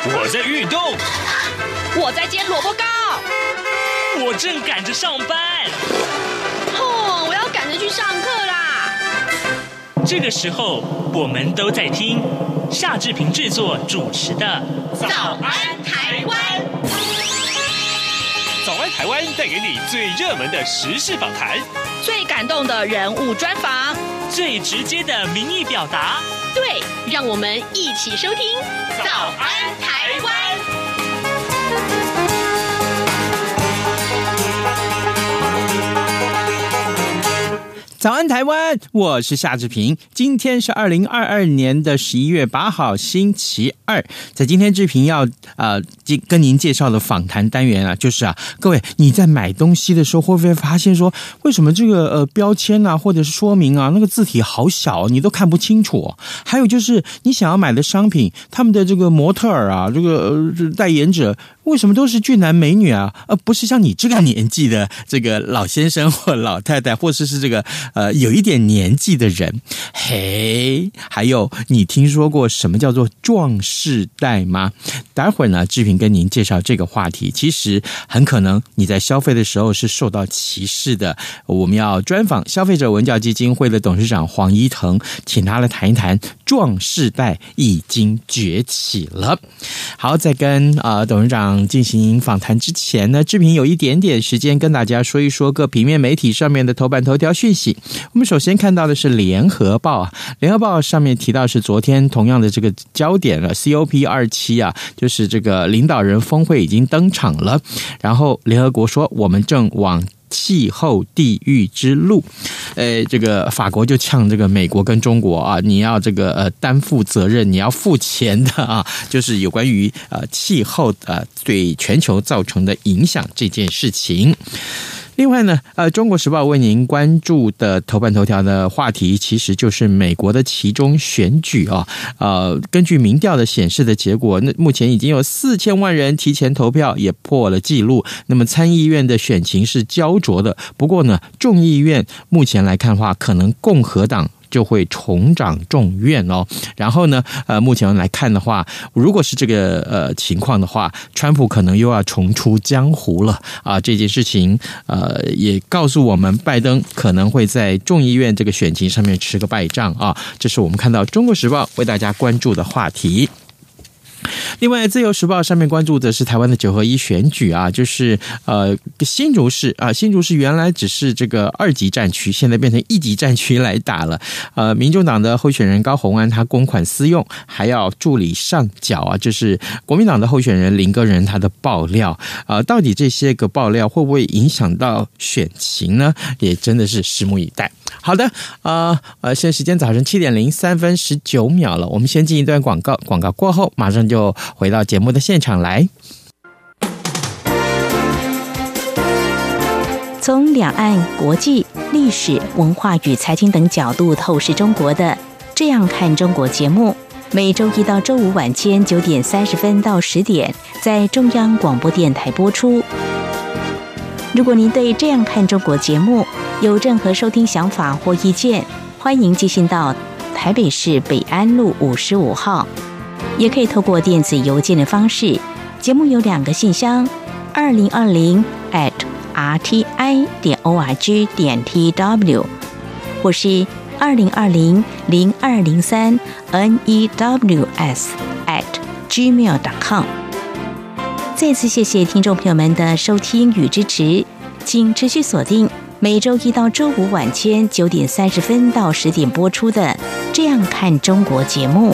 我在运动， 我在煎萝卜糕， 我正赶着上班。 我要赶着去上课啦。 这个时候，我们都在听夏志平制作主持的《 早安台湾》。 早安台湾带给你最热门的时事访谈， 最感动的人物专访， 最直接的民意表达。 对，让我们一起收听《早安台湾》。 早安台湾，我是夏志平。今天是2022年的11月8号，星期二。在今天志平要跟您介绍的访谈单元啊，就是各位你在买东西的时候，会不会发现说，为什么这个标签啊，或者是说明啊，那个字体好小，你都看不清楚？还有就是你想要买的商品，他们的这个模特儿啊，这个代言者，为什么都是俊男美女啊，而不是像你这个年纪的这个老先生或老太太，或者是这个有一点年纪的人？嘿，还有你听说过什么叫做壮世代吗？待会儿呢，志平跟您介绍这个话题。其实很可能你在消费的时候是受到歧视的。我们要专访消费者文教基金会的董事长黄一腾，请他来谈一谈壮世代已经崛起了。好，在跟董事长进行访谈之前呢，志平有一点点时间跟大家说一说各平面媒体上面的头版头条讯息。我们首先看到的是联合报联合报上面提到是昨天同样的这个焦点了 COP27 啊，就是这个领导人峰会已经登场了。然后联合国说我们正往气候地狱之路，这个法国就呛这个美国跟中国啊，你要这个担负责任，你要付钱的啊，就是有关于气候对全球造成的影响这件事情。另外呢，中国时报为您关注的头版头条的话题，其实就是美国的期中选举啊。根据民调的显示的结果，那目前已经有4000万人提前投票，也破了纪录。那么参议院的选情是焦灼的，不过呢，众议院目前来看的话，可能共和党就会重掌众院哦。然后呢，目前来看的话，如果是这个情况的话，川普可能又要重出江湖了啊。这件事情也告诉我们，拜登可能会在众议院这个选情上面吃个败仗啊。这是我们看到《中国时报》为大家关注的话题。另外，《自由时报》上面关注的是台湾的9合1选举啊，就是新竹市啊，新竹市原来只是这个2级战区，现在变成1级战区来打了。民众党的候选人高虹安他公款私用，还要助理上缴啊，就是国民党的候选人林耕仁他的爆料到底这些个爆料会不会影响到选情呢？也真的是拭目以待。好的，现在时间早晨7点03分19秒了，我们先进一段广告，广告过后马上就回到节目的现场来。 从两岸、国际、历史、文化与财经等角度透视中国的《这样看中国》节目，每周一到周五晚间9点30分到10点在中央广播电台播出。如果您对《这样看中国》节目有任何收听想法或意见，欢迎寄信到台北市北安路55号，也可以透过电子邮件的方式。节目有2个信箱2020@rti.org.tw 或是2020-0203-news@gmail.com。再次谢谢听众朋友们的收听与支持，请持续锁定每周一到周五晚间9点30分到10点播出的《这样看中国》节目。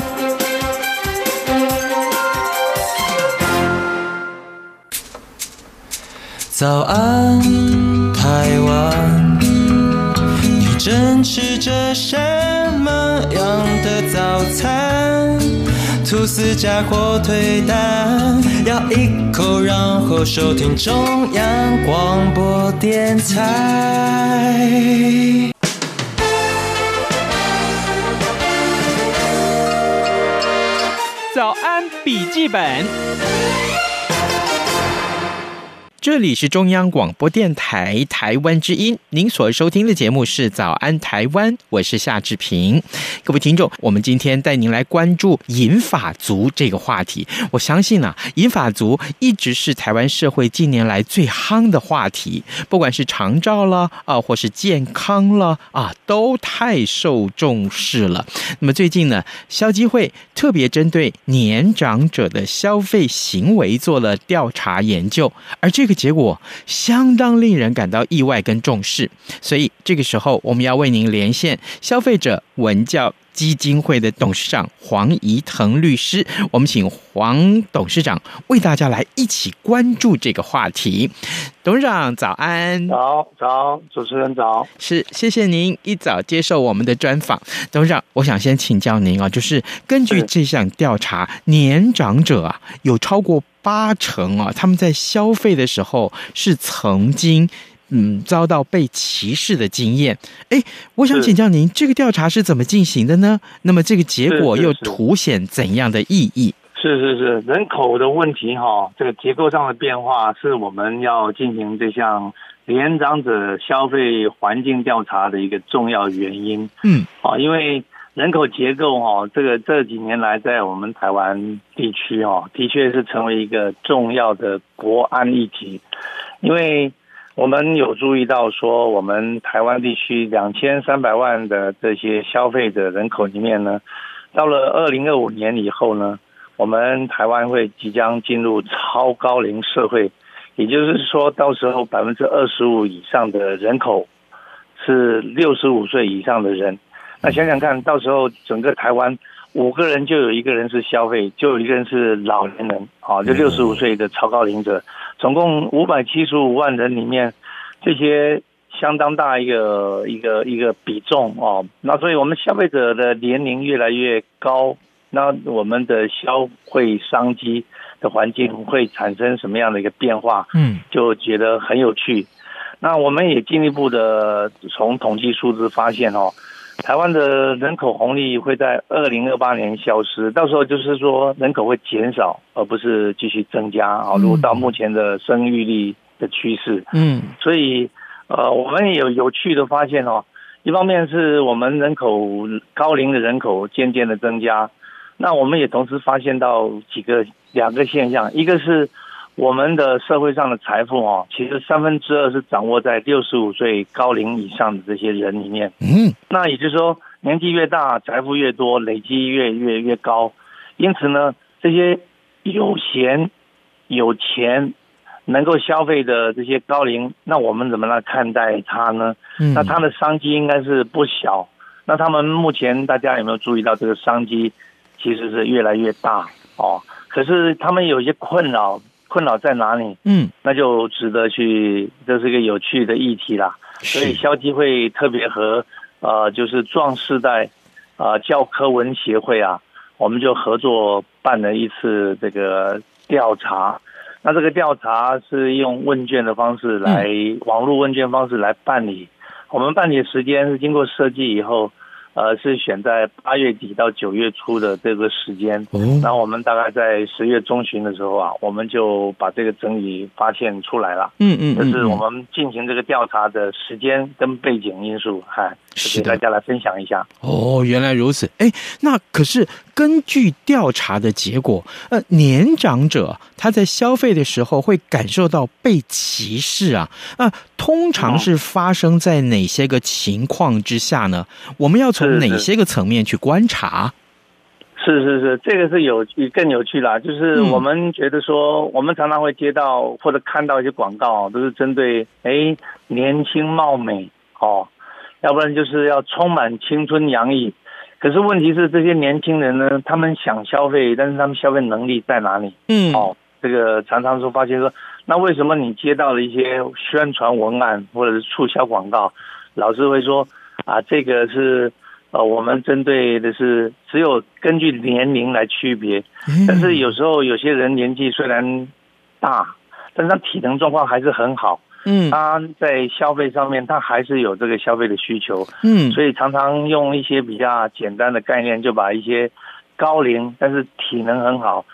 早安，台湾，你正吃着什么样的早餐？吐司加火腿蛋，咬一口，然后收听中央广播电台。 早安笔记本。 这里是中央广播电台台湾之音，您所收听的节目是早安台湾，我是夏志平。各位听众，我们今天带您来关注银发族这个话题。我相信银发族一直是台湾社会近年来最夯的话题，不管是长照了或是健康了都太受重视了。那么最近呢，消基会特别针对年长者的消费行为做了调查研究，而这个结果相当令人感到意外跟重视。所以这个时候我们要为您连线消费者文教基金会的董事长黄宜腾律师，我们请黄董事长为大家来一起关注这个话题。董事长早安。 早，主持人早。 是，谢谢您一早接受我们的专访。董事长，我想先请教您就是根据这项调查，年长者有超过80%他们在消费的时候是曾经遭到被歧视的经验。我想请教您，这个调查是怎么进行的呢？那么这个结果又凸显怎样的意义？ 是，人口的问题这个结构上的变化是我们要进行这项年长者消费环境调查的一个重要原因。因为人口结构这几年来在我们台湾地区的确是成为一个重要的国安议题。因为我们有注意到说，我们台湾地区2300万的这些消费者人口里面呢，到了2025年以后呢，我们台湾会即将进入超高龄社会，也就是说到时候25%以上的人口是65岁以上的人。那想想看，到时候整个台湾5个人就有1个人是消费，就有1个人是老年人就65岁的超高龄者，总共575万人里面，这些相当大一个比重那所以我们消费者的年龄越来越高，那我们的消费商机的环境会产生什么样的一个变化？就觉得很有趣。那我们也进一步的从统计数字发现台湾的人口红利会在2028年消失，到时候就是说人口会减少，而不是继续增加如果到目前的生育率的趋势。所以我们也有趣的发现一方面是我们高龄的人口渐渐的增加，那我们也同时发现到2个现象，一个是我们的社会上的财富其实2/3是掌握在65岁高龄以上的这些人里面。那也就是说，年纪越大，财富越多，累积越高。因此呢，这些有钱能够消费的这些高龄，那我们怎么来看待他呢？那他的商机应该是不小。那他们目前大家有没有注意到这个商机其实是越来越大可是他们有一些困扰在哪里？那就值得去，这是一个有趣的议题啦。所以消基会特别和就是壮世代教科文协会我们就合作办了一次这个调查。那这个调查是用问卷的方式来，网络问卷方式来办理。我们办理的时间是经过设计以后，是选在8月底到9月初的这个时间。那我们大概在10月中旬的时候我们就把这个整理发现出来了。这是我们进行这个调查的时间跟背景因素，给大家来分享一下。 原来如此。那可是根据调查的结果，年长者他在消费的时候会感受到被歧视通常是发生在哪些个情况之下呢？我们要从哪些个层面去观察？ 是，这个是更有趣啦。就是我们觉得说，我们常常会接到或者看到一些广告都是针对年轻貌美要不然就是要充满青春洋溢。可是问题是，这些年轻人呢，他们想消费，但是他们消费能力在哪里？这个常常说发现说，那为什么你接到了一些宣传文案或者是促销广告，老师会说这个是我们针对的是只有根据年龄来区别，但是有时候有些人年纪虽然大，但是他体能状况还是很好。他在消费上面他还是有这个消费的需求。所以常常用一些比较简单的概念，就把一些高龄但是体能很好、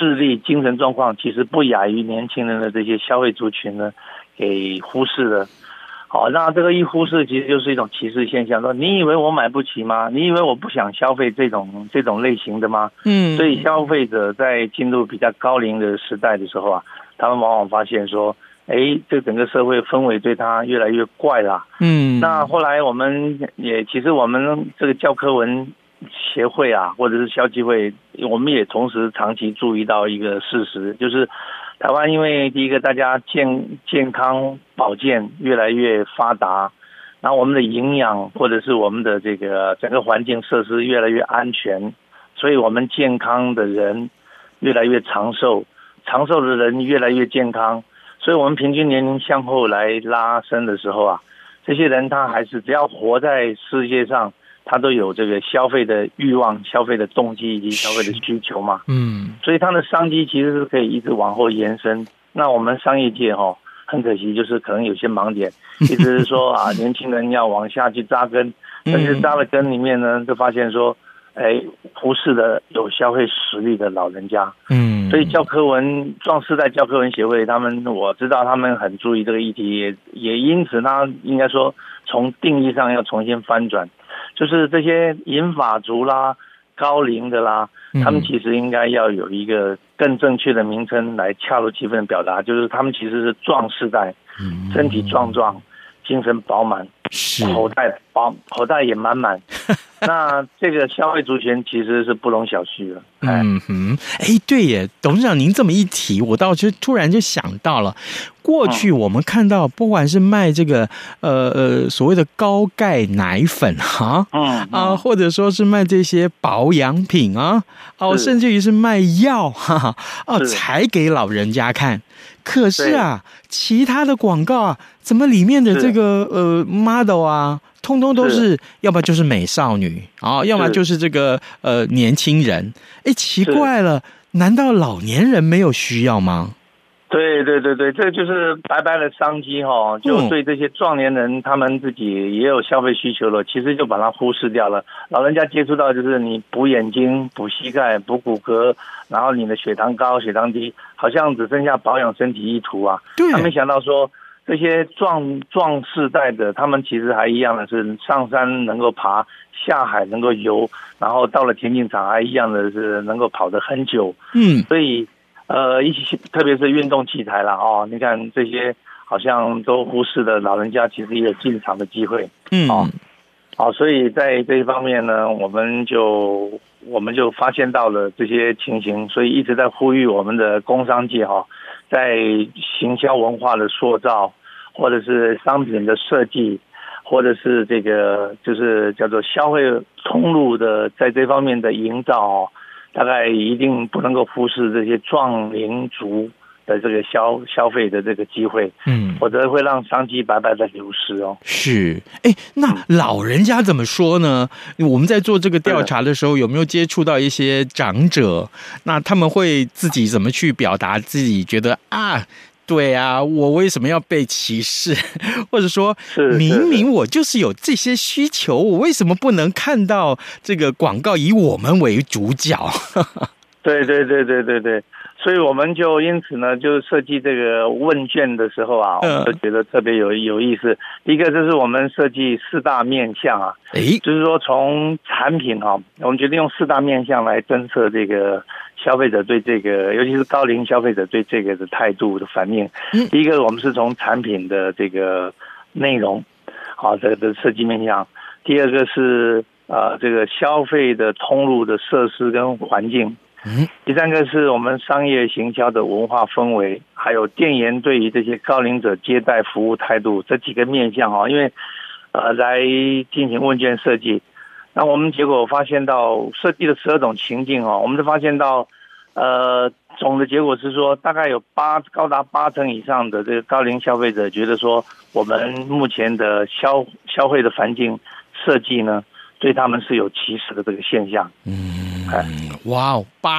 视力、精神状况其实不亚于年轻人的这些消费族群呢，给忽视了。好，那这个一忽视，其实就是一种歧视现象。说你以为我买不起吗？你以为我不想消费这种类型的吗？所以消费者在进入比较高龄的时代的时候啊，他们往往发现说，这整个社会氛围对他越来越怪啦。那后来我们其实我们这个教科文协会啊，或者是消基会，我们也同时长期注意到一个事实，就是台湾因为第一个大家健康保健越来越发达，然后我们的营养或者是我们的这个整个环境设施越来越安全，所以我们健康的人越来越长寿，长寿的人越来越健康，所以我们平均年龄向后来拉升的时候啊，这些人他还是只要活在世界上，他都有这个消费的欲望、消费的动机以及消费的需求嘛。所以他的商机其实是可以一直往后延伸。那我们商业界很可惜，就是可能有些盲点，一直是说啊，年轻人要往下去扎根，但是扎了根里面呢，就发现说，忽视了有消费实力的老人家。所以教科文壮世代教科文协会，我知道他们很注意这个议题，也因此他应该说从定义上要重新翻转。就是这些银发族啦、高龄的啦，他们其实应该要有一个更正确的名称来恰如其分的表达，就是他们其实是壮世代，身体壮壮，精神饱满，口袋也满满。那这个消费族群其实是不容小觑的。 对耶，董事长您这么一提，我倒是突然就想到了，过去我们看到不管是卖这个所谓的高钙奶粉或者说是卖这些保养品甚至于是卖药才给老人家看。可是其他的广告啊，怎么里面的这个model啊，通通都是要么就是美少女要么就是这个年轻人。奇怪了，难道老年人没有需要吗？ 对，这就是白白的商机就对这些壮年人，他们自己也有消费需求了，其实就把它忽视掉了。老人家接触到就是你补眼睛、补膝盖、补骨骼，然后你的血糖高、血糖低，好像只剩下保养身体一途啊。他没想到说这些壮世代的，他们其实还一样的是上山能够爬，下海能够游，然后到了田径场还一样的是能够跑得很久。所以特别是运动器材啦你看这些好像都忽视了老人家其实也有进场的机会。所以在这一方面呢，我们就发现到了这些情形，所以一直在呼吁我们的工商界在行销文化的塑造，或者是商品的设计，或者是这个就是叫做消费通路的在这方面的营造大概一定不能够忽视这些壮龄族的这个消费的这个机会，否则会让商机白白的流失是，那老人家怎么说呢？我们在做这个调查的时候，有没有接触到一些长者？那他们会自己怎么去表达自己觉得对啊，我为什么要被歧视？或者说，明明我就是有这些需求，我为什么不能看到这个广告以我们为主角？ 对，所以我们就因此呢，就设计这个问卷的时候我们就觉得特别有意思。第一个就是我们设计4大面向就是说从产品我们决定用4大面向来侦测这个消费者对这个，尤其是高龄消费者对这个的态度的反应。第一个我们是从产品的这个内容这个设计面向。第二个是这个消费的通路的设施跟环境。第三个是我们商业行销的文化氛围，还有店员对于这些高龄者接待服务态度，这几个面向因为来进行问卷设计。那我们结果发现到设计了12种情境我们就发现到总的结果是说，大概有高达80%以上的这个高龄消费者觉得说，我们目前的消费的环境设计呢，对他们是有歧视的这个现象。 哇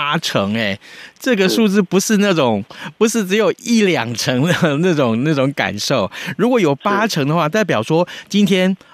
，80%这个数字不是只有1-2成的那种感受。如果有80%的话，代表说今天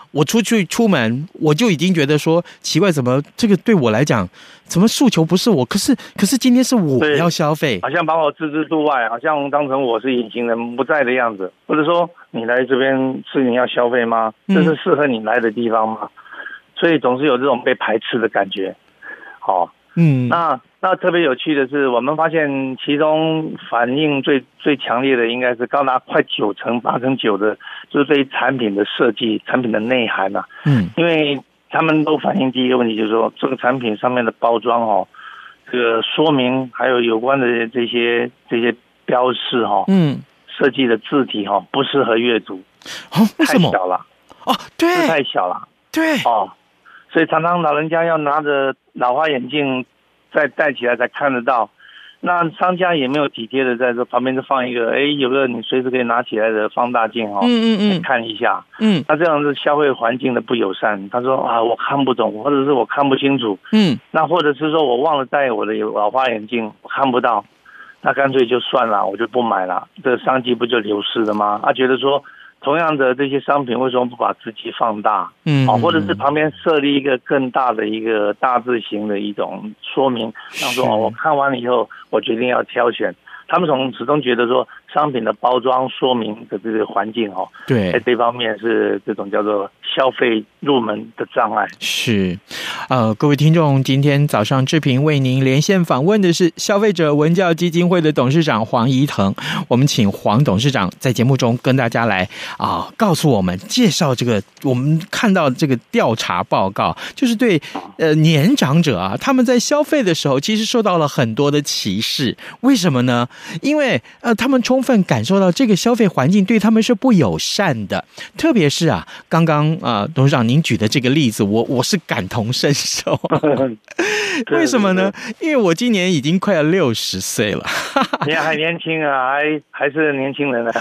我出门，我就已经觉得说奇怪，怎么这个对我来讲，怎么诉求不是我？可是今天是我要消费， 好像把我置之度外，好像当成我是隐形人不在的样子，或者说你来这边是你要消费吗？这是适合你来的地方吗？所以总是有这种被排斥的感觉。好，那特别有趣的是，我们发现其中反应最强烈的应该是高达快9成8成9的，就是对于产品的设计、产品的内涵啊。因为他们都反映第一个问题，就是说这个产品上面的包装这个说明还有关的这些标示设计的字体不适合阅读， 为什么？ 太小了对， 太小了， 对所以常常老人家要拿着老花眼镜再戴起来才看得到，那商家也没有体贴的在这旁边就放一个有个你随时可以拿起来的放大镜看一下，那这样是消费环境的不友善。他说我看不懂，或者是我看不清楚，那或者是说我忘了戴我的老花眼镜，我看不到，那干脆就算了，我就不买了，这个商机不就流失了吗？他觉得说同样的这些商品为什么不把字体放大？或者是旁边设立一个更大的一个大字型的一种说明，让说我看完了以后，我决定要挑选。他们始终觉得说商品的包装说明的这个环境对， 在这方面是这种叫做消费入门的障碍。 是，各位听众，今天早上志平为您连线访问的是消费者文教基金会的董事长黄宜腾。我们请黄董事长在节目中跟大家来告诉我们介绍这个我们看到这个调查报告，就是对年长者他们在消费的时候其实受到了很多的歧视。为什么呢？因为他们充分感受到这个消费环境对他们是不友善的，特别是刚刚董事长您举的这个例子，我是感同身受。为什么呢？因为我今年已经快要60岁了。 你还年轻啊，还是年轻人啊。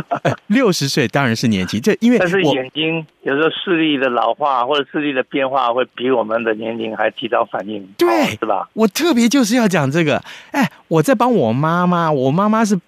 60岁当然是年轻，但是眼睛有时候视力的老化或者视力的变化会比我们的年龄还提早反应， 对， 是吧？ 我特别就是要讲这个。我在帮我妈妈是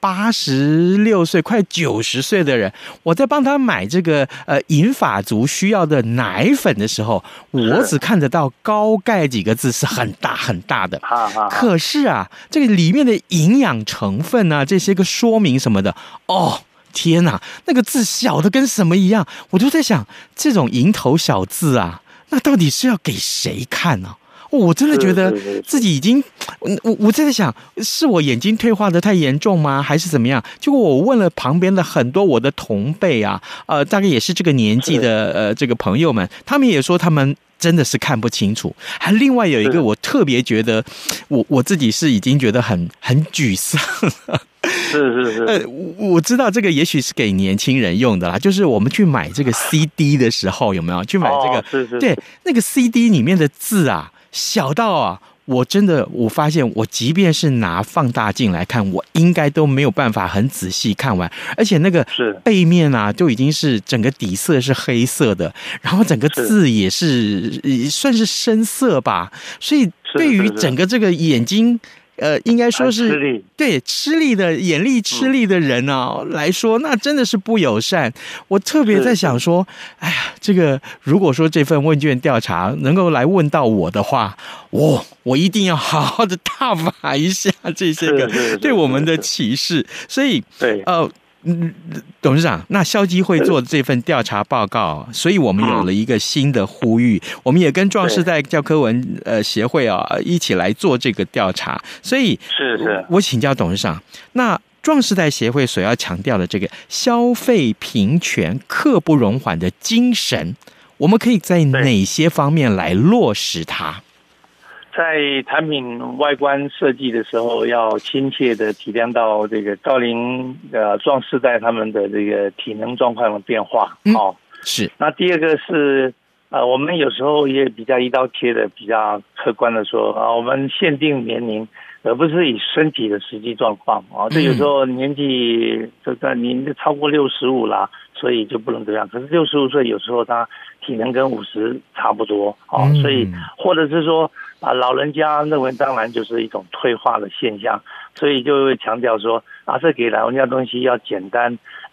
86岁快90岁的人，我在帮她买这个银发族需要的奶粉的时候，我只看得到高钙几个字是很大很大的，可是这个里面的营养成分这些个说明什么的，天哪，那个字小的跟什么一样，我就在想，这种蝇头小字那到底是要给谁看呢？我真的觉得自己已经，我在想，是我眼睛退化的太严重吗？还是怎么样？结果我问了旁边的很多我的同辈大概也是这个年纪的这个朋友们，他们也说他们真的是看不清楚。还另外有一个我特别觉得，我自己是已经觉得很沮丧了。 是我知道这个也许是给年轻人用的啦，就是我们去买这个 CD 的时候，有没有去买这个？对，那个 CD 里面的字小到我发现我即便是拿放大镜来看，我应该都没有办法很仔细看完，而且那个背面就已经是整个底色是黑色的，然后整个字也是算是深色吧，所以对于整个这个眼睛应该说是对吃力的眼力吃力的人来说，那真的是不友善。我特别在想说，哎呀，这个如果说这份问卷调查能够来问到我的话，我一定要好好的挞伐一下这些个对我们的歧视。所以董事长，那消基会做这份调查报告，所以我们有了一个新的呼吁，我们也跟壮世代教科文协会一起来做这个调查。所以我请教董事长，那壮世代协会所要强调的这个消费平权、刻不容缓的精神，我们可以在哪些方面来落实它？ 在产品外观设计的时候，要亲切的体谅到这个高龄壮世代他们的这个体能状况的变化。 是。那第二个是我们有时候也比较一刀切的、比较客观的说我们限定年龄，而不是以身体的实际状况这有时候年纪您超过65啦，所以就不能这样。可是65岁有时候他体能跟50差不多所以或者是说老人家认为当然就是一种退化的现象，所以就会强调说这给老人家东西要简单，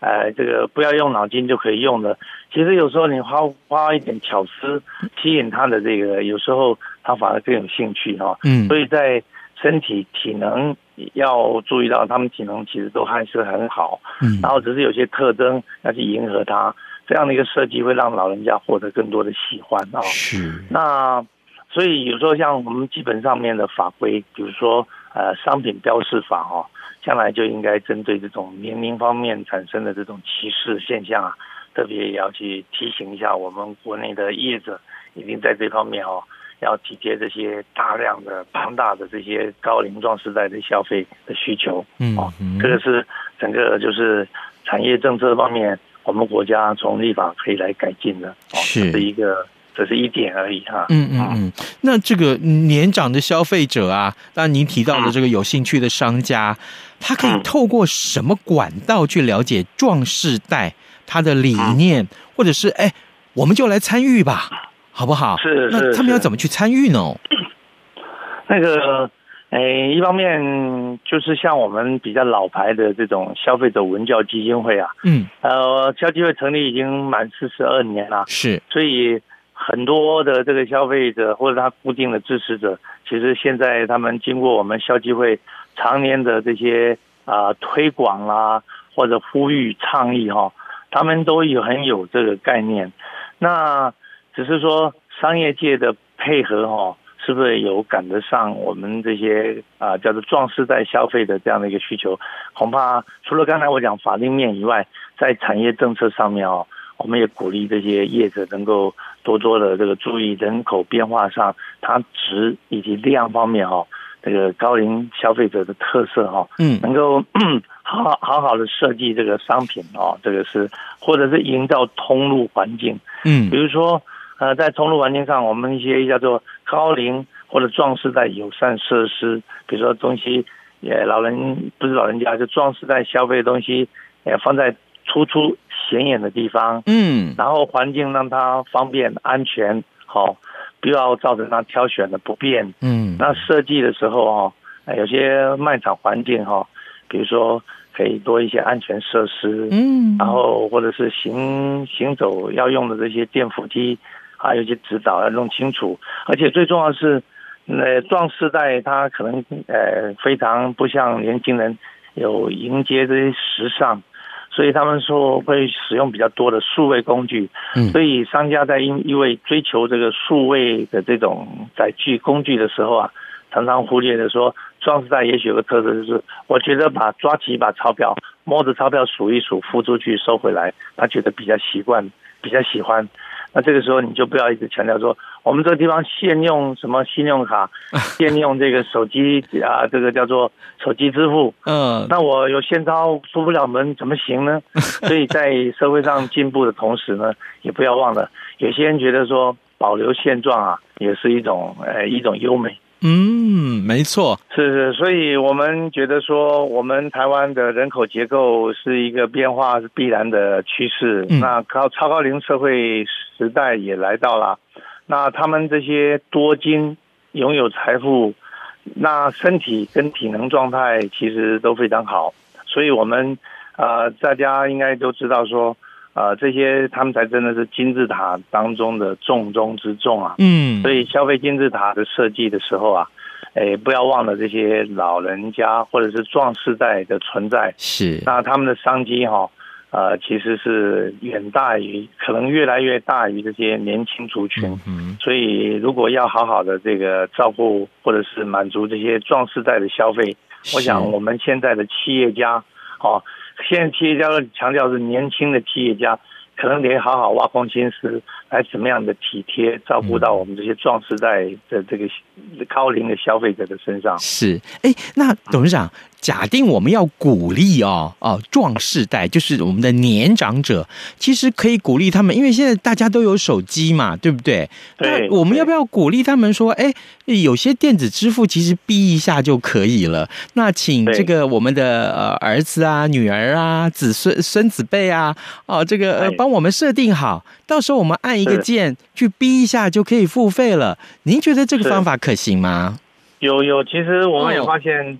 这个不要用脑筋就可以用的。其实有时候你花一点巧思，吸引他的这个，有时候他反而更有兴趣哈。所以在身体体能要注意到，他们体能其实都还是很好。然后只是有些特征要去迎合它，这样的一个设计会让老人家获得更多的喜欢啊。是。那所以有时候像我们基本上面的法规，比如说商品标示法哦，将来就应该针对这种年龄方面产生的这种歧视现象啊，特别也要去提醒一下我们国内的业者，一定在这方面哦，要体贴这些大量的庞大的这些高龄壮世代的消费的需求。这个是整个就是产业政策方面，我们国家从立法可以来改进的。这是一点而已哈。 那这个年长的消费者啊，当然您提到的这个有兴趣的商家，他可以透过什么管道去了解壮世代他的理念，或者是我们就来参与吧，好不好？是。那他们要怎么去参与呢？ 那个一方面就是像我们比较老牌的这种消费者文教基金会啊，消基会成立已经满42年了，是，所以很多的这个消费者或者他固定的支持者，其实现在他们经过我们消基会常年的这些推广啦，或者呼吁倡议哈，他们都很有这个概念。那只是说商业界的配合哈，是不是有赶得上我们这些叫做壮世代消费的这样的一个需求？恐怕除了刚才我讲法令面以外，在产业政策上面哦，我们也鼓励这些业者能够多多的这个注意人口变化上，它质以及量方面哈，这个高龄消费者的特色哈，能够好好的设计这个商品哦，这个是或者是营造通路环境，比如说在通路环境上，我们一些叫做高龄或者壮世代友善设施，比如说东西不是老人家，就壮世代消费的东西放在突出显眼的地方，然后环境让它方便安全，不要造成它挑选的不便，那设计的时候有些卖场环境比如说可以多一些安全设施，然后或者是行走要用的这些电扶梯还有一些指导要弄清楚，而且最重要的是壮世代他可能非常不像年轻人有迎接这些时尚，所以他们说会使用比较多的数位工具，所以商家在因为追求这个数位的这种载具工具的时候啊，常常忽略的说，壮世代也许有个特色，就是我觉得抓起一把钞票，摸着钞票数一数，付出去收回来，他觉得比较习惯，比较喜欢。那这个时候你就不要一直强调说，我们这个地方限用什么信用卡，限用这个手机这个叫做手机支付。那我有现钞出不了门怎么行呢？所以在社会上进步的同时呢，也不要忘了，有些人觉得说保留现状也是一种优美。 没错， 是，所以我们觉得说，我们台湾的人口结构是一个变化是必然的趋势。那超高龄社会时代也来到了，那他们这些多金拥有财富，那身体跟体能状态其实都非常好，所以我们大家应该都知道说。这些他们才真的是金字塔当中的重中之重啊！所以消费金字塔的设计的时候不要忘了这些老人家或者是壮世代的存在。是，那他们的商机其实是远大于，可能越来越大于这些年轻族群。所以如果要好好的这个照顾或者是满足这些壮世代的消费，我想我们现在的企业家现在企业家强调是年轻的企业家，可能得好好挖空心思来怎么样的体贴照顾到我们这些壮世代的这个高龄的消费者的身上。 是，那董事长，假定我们要鼓励壮世代，就是我们的年长者，其实可以鼓励他们，因为现在大家都有手机嘛，对不对？那我们要不要鼓励他们说，有些电子支付其实逼一下就可以了？那请这个我们的儿子啊、女儿啊、孙子辈啊，这个帮我们设定好，到时候我们按一个键去逼一下就可以付费了。您觉得这个方法可行吗？ 有，其实我们也发现。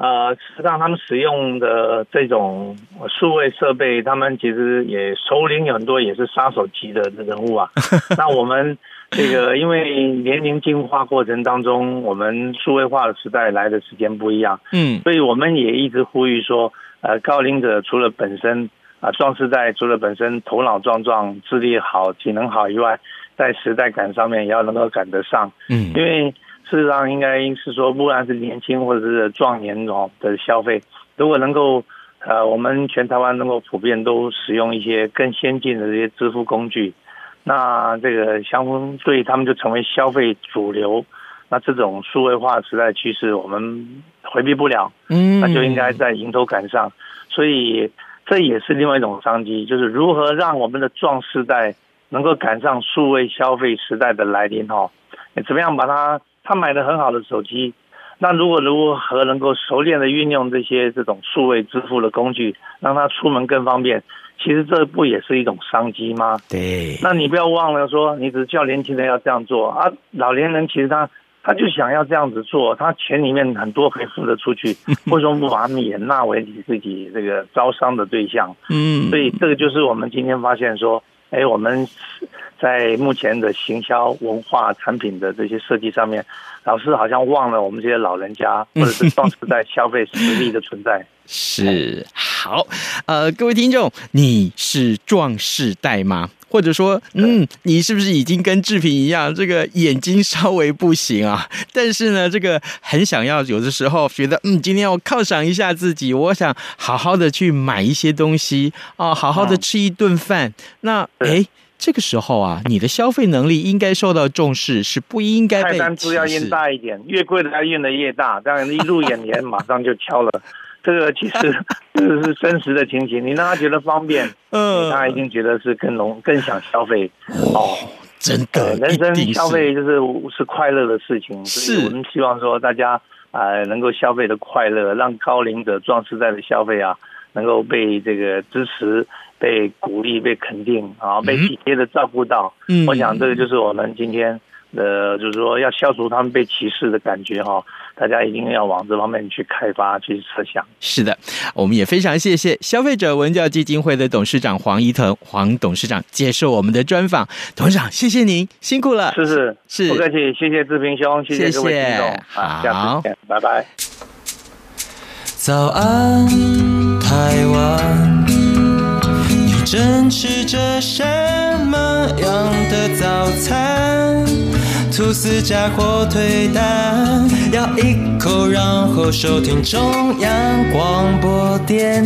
事实上他们使用的这种数位设备，他们其实也首领有很多也是杀手级的人物啊。那我们这个因为年龄进化过程当中，我们数位化的时代来的时间不一样，所以我们也一直呼吁说，高龄者除了本身壮世代除了本身头脑壮壮、智力好、体能好以外，在时代感上面也要能够赶得上。因为事实上应该是说，不管是年轻或者是壮年的消费，如果能够我们全台湾能够普遍都使用一些更先进的这些支付工具，那这个相对他们就成为消费主流。那这种数位化时代趋势我们回避不了，那就应该在迎头赶上。所以这也是另外一种商机，就是如何让我们的壮世代能够赶上数位消费时代的来临怎么样把他买的很好的手机，那如何能够熟练的运用这种数位支付的工具，让他出门更方便，其实这不也是一种商机吗？ 对。 那你不要忘了说，你只叫年轻人要这样做啊，老年人其实他就想要这样子做，他钱里面很多可以付得出去，为什么不把他们也纳为自己这个招商的对象？所以这个就是我们今天发现说，我们在目前的行销文化产品的这些设计上面，老师好像忘了我们这些老人家或者是壮世代消费实力的存在。 是，好，各位听众，你是壮世代吗？或者说，你是不是已经跟志平一样，这个眼睛稍微不行啊？但是呢，这个很想要，有的时候觉得，今天要犒赏一下自己，我想好好的去买一些东西好好的吃一顿饭。那这个时候啊，你的消费能力应该受到重视，是不应该被菜单字要印大一点，越贵的要印的越大，这样一入眼帘马上就敲了。这个其实这个是真实的情形，你让他觉得方便，他一定觉得是更想消费。 真的， 人生消费是快乐的事情，所以我们希望说大家能够消费的快乐，让高龄者壮世代的消费能够被这个支持、被鼓励、被肯定被体贴的照顾到。我想这个就是我们今天就是说要消除他们被歧视的感觉大家一定要往这方面去开发、去设想。 是的，我们也非常谢谢消费者文教基金会的董事长黄宜腾黄董事长接受我们的专访。董事长，谢谢您，辛苦了。 是，不客气，谢谢志平兄，谢谢各位听众。 好， 下次见，拜拜。 早安，台湾，你正吃着什么样的早餐？吐司加火腿蛋，咬一口，然后收听中央广播电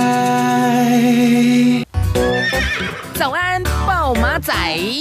台。 早安，暴马仔。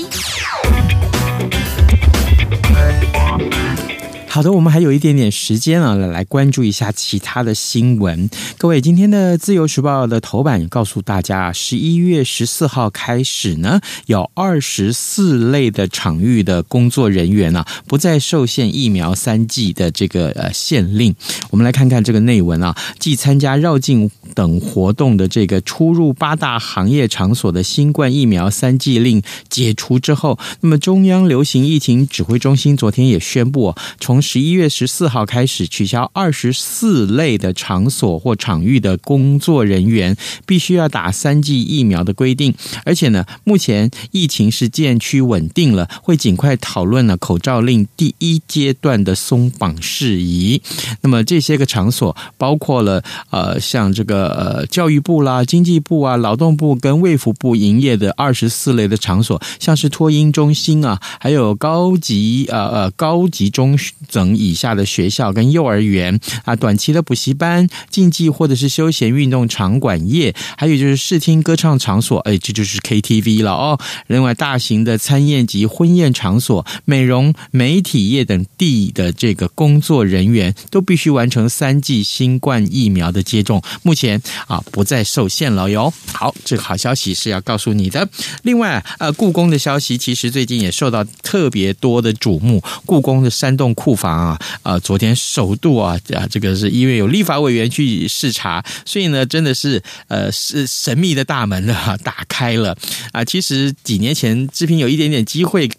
好的，我们还有一点点时间来关注一下其他的新闻。各位，今天的自由时报的头版告诉大家，11月14号开始呢，有24类的场域的工作人员不再受限疫苗3剂的这个限令。我们来看看这个内文继参加绕境等活动的这个出入8大行业场所的新冠疫苗3剂令解除之后，那么中央流行疫情指挥中心昨天也宣布从11月14号开始取消24类的场所或场域的工作人员必须要打3剂疫苗的规定，而且呢，目前疫情是渐趋稳定了，会尽快讨论口罩令第1阶段的松绑事宜。那么这些个场所包括了像这个教育部啦、经济部劳动部跟卫福部营业的24类的场所，像是托婴中心还有高级中等以下的学校跟幼儿园短期的补习班、竞技或者是休闲运动场馆业，还有就是视听歌唱场所，这就是 KTV 了另外，大型的餐宴及婚宴场所、美容、媒体业等地的这个工作人员都必须完成3剂新冠疫苗的接种，目前不再受限了哟。好，这个好消息是要告诉你的。另外故宫的消息其实最近也受到特别多的瞩目，故宫的山洞库房昨天首度这个是因为有立法委员去视察，所以呢真的是神秘的大门打开了其实几年前志平有一点点机会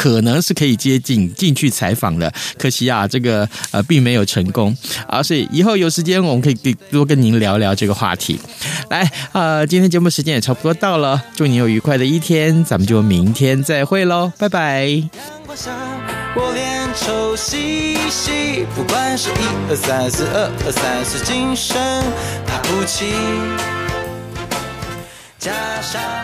可能是可以接近进去采访的，可惜啊，这个并没有成功啊，所以以后有时间我们可以多跟您聊聊这个话题。来今天节目时间也差不多到了，祝你有愉快的一天，咱们就明天再会咯，拜拜。 我脸臭兮兮，不管是1、2、3、4、2、2、3是精神，爬不起，加上